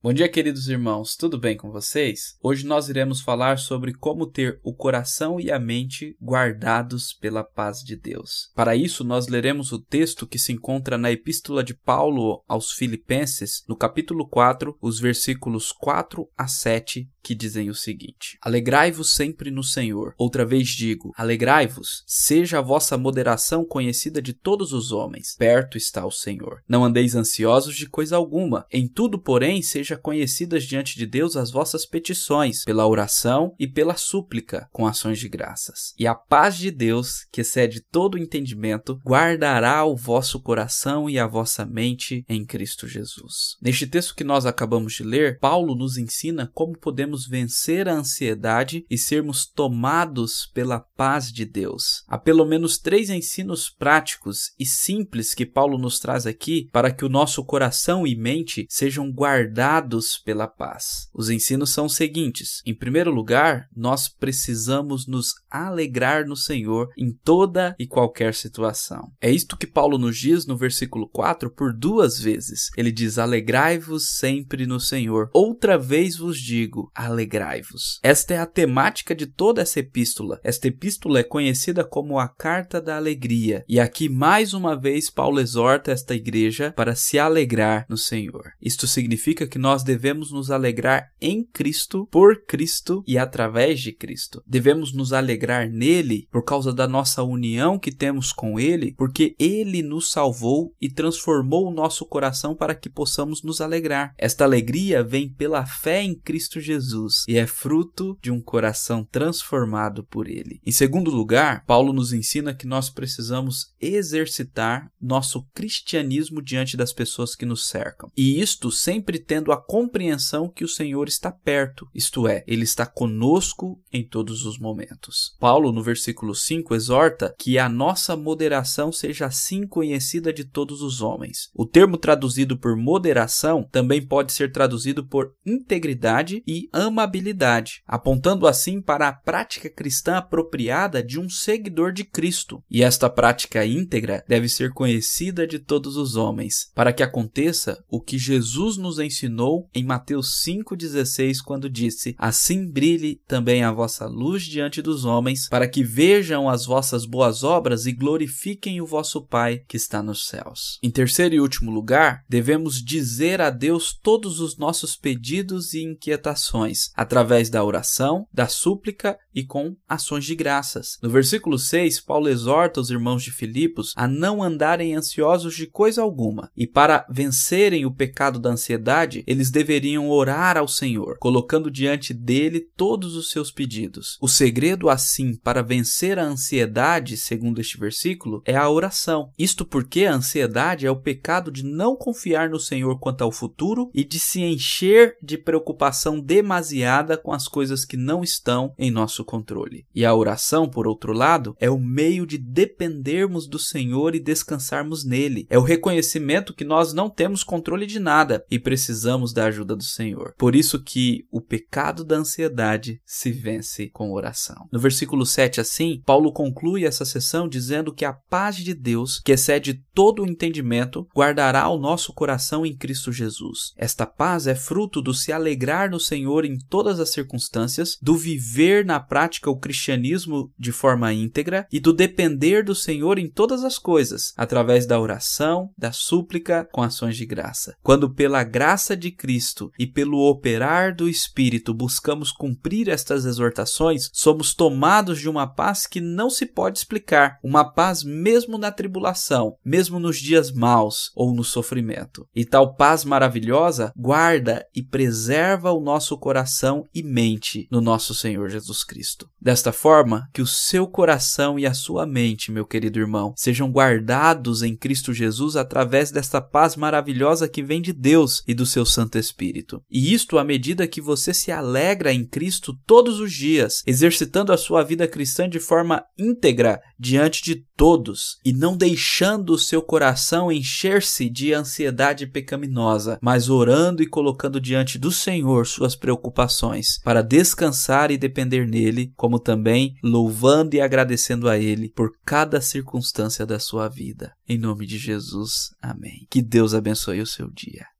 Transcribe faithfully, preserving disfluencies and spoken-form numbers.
Bom dia, queridos irmãos, tudo bem com vocês? Hoje nós iremos falar sobre como ter o coração e a mente guardados pela paz de Deus. Para isso, nós leremos o texto que se encontra na Epístola de Paulo aos Filipenses, no capítulo quatro, os versículos quatro a sete, que dizem o seguinte: Alegrai-vos sempre no Senhor. Outra vez digo, alegrai-vos, seja a vossa moderação conhecida de todos os homens. Perto está o Senhor. Não andeis ansiosos de coisa alguma. Em tudo, porém, seja conhecidas diante de Deus as vossas petições, pela oração e pela súplica, com ações de graças. E a paz de Deus, que excede todo o entendimento, guardará o vosso coração e a vossa mente em Cristo Jesus. Neste texto que nós acabamos de ler, Paulo nos ensina como podemos vencer a ansiedade e sermos tomados pela paz de Deus. Há pelo menos três ensinos práticos e simples que Paulo nos traz aqui para que o nosso coração e mente sejam guardados pela paz. Os ensinos são os seguintes: em primeiro lugar, nós precisamos nos alegrar no Senhor em toda e qualquer situação. É isto que Paulo nos diz no versículo quatro por duas vezes. Ele diz: alegrai-vos sempre no Senhor. Outra vez vos digo, alegrai-vos. Esta é a temática de toda essa epístola. Esta epístola é conhecida como a Carta da Alegria. E aqui, mais uma vez, Paulo exorta esta igreja para se alegrar no Senhor. Isto significa que nós devemos nos alegrar em Cristo, por Cristo e através de Cristo. Devemos nos alegrar nele por causa da nossa união que temos com ele, porque ele nos salvou e transformou o nosso coração para que possamos nos alegrar. Esta alegria vem pela fé em Cristo Jesus e é fruto de um coração transformado por ele. Em segundo lugar, Paulo nos ensina que nós precisamos exercitar nosso cristianismo diante das pessoas que nos cercam. E isto sempre tendo a compreensão que o Senhor está perto, isto é, ele está conosco em todos os momentos. Paulo, no versículo cinco, exorta que a nossa moderação seja assim conhecida de todos os homens. O termo traduzido por moderação também pode ser traduzido por integridade e amabilidade, apontando assim para a prática cristã apropriada de um seguidor de Cristo. E esta prática íntegra deve ser conhecida de todos os homens, para que aconteça o que Jesus nos ensinou em Mateus cinco, dezesseis, quando disse: assim brilhe também a vossa luz diante dos homens, para que vejam as vossas boas obras e glorifiquem o vosso Pai que está nos céus. Em terceiro e último lugar, devemos dizer a Deus todos os nossos pedidos e inquietações, através da oração, da súplica e com ações de graças. No versículo seis, Paulo exorta os irmãos de Filipos a não andarem ansiosos de coisa alguma, e para vencerem o pecado da ansiedade, eles deveriam orar ao Senhor, colocando diante dele todos os seus pedidos. O segredo, assim, para vencer a ansiedade, segundo este versículo, é a oração. Isto porque a ansiedade é o pecado de não confiar no Senhor quanto ao futuro e de se encher de preocupação demasiada com as coisas que não estão em nosso controle. E a oração, por outro lado, é o meio de dependermos do Senhor e descansarmos nele. É o reconhecimento que nós não temos controle de nada e precisamos da ajuda do Senhor. Por isso que o pecado da ansiedade se vence com oração. No versículo sete, assim, Paulo conclui essa sessão dizendo que a paz de Deus, que excede todo o entendimento, guardará o nosso coração em Cristo Jesus. Esta paz é fruto do se alegrar no Senhor em todas as circunstâncias, do viver na prática o cristianismo de forma íntegra e do depender do Senhor em todas as coisas, através da oração, da súplica, com ações de graça. Quando pela graça de Cristo e pelo operar do Espírito buscamos cumprir estas exortações, somos tomados de uma paz que não se pode explicar, uma paz mesmo na tribulação, mesmo nos dias maus ou no sofrimento. E tal paz maravilhosa guarda e preserva o nosso coração e mente no nosso Senhor Jesus Cristo. Desta forma, que o seu coração e a sua mente, meu querido irmão, sejam guardados em Cristo Jesus através desta paz maravilhosa que vem de Deus e do seu Santo Espírito. E isto à medida que você se alegra em Cristo todos os dias, exercitando a sua vida cristã de forma íntegra diante de todos e não deixando o seu coração encher-se de ansiedade pecaminosa, mas orando e colocando diante do Senhor suas preocupações para descansar e depender nele, como também louvando e agradecendo a ele por cada circunstância da sua vida. Em nome de Jesus, amém. Que Deus abençoe o seu dia.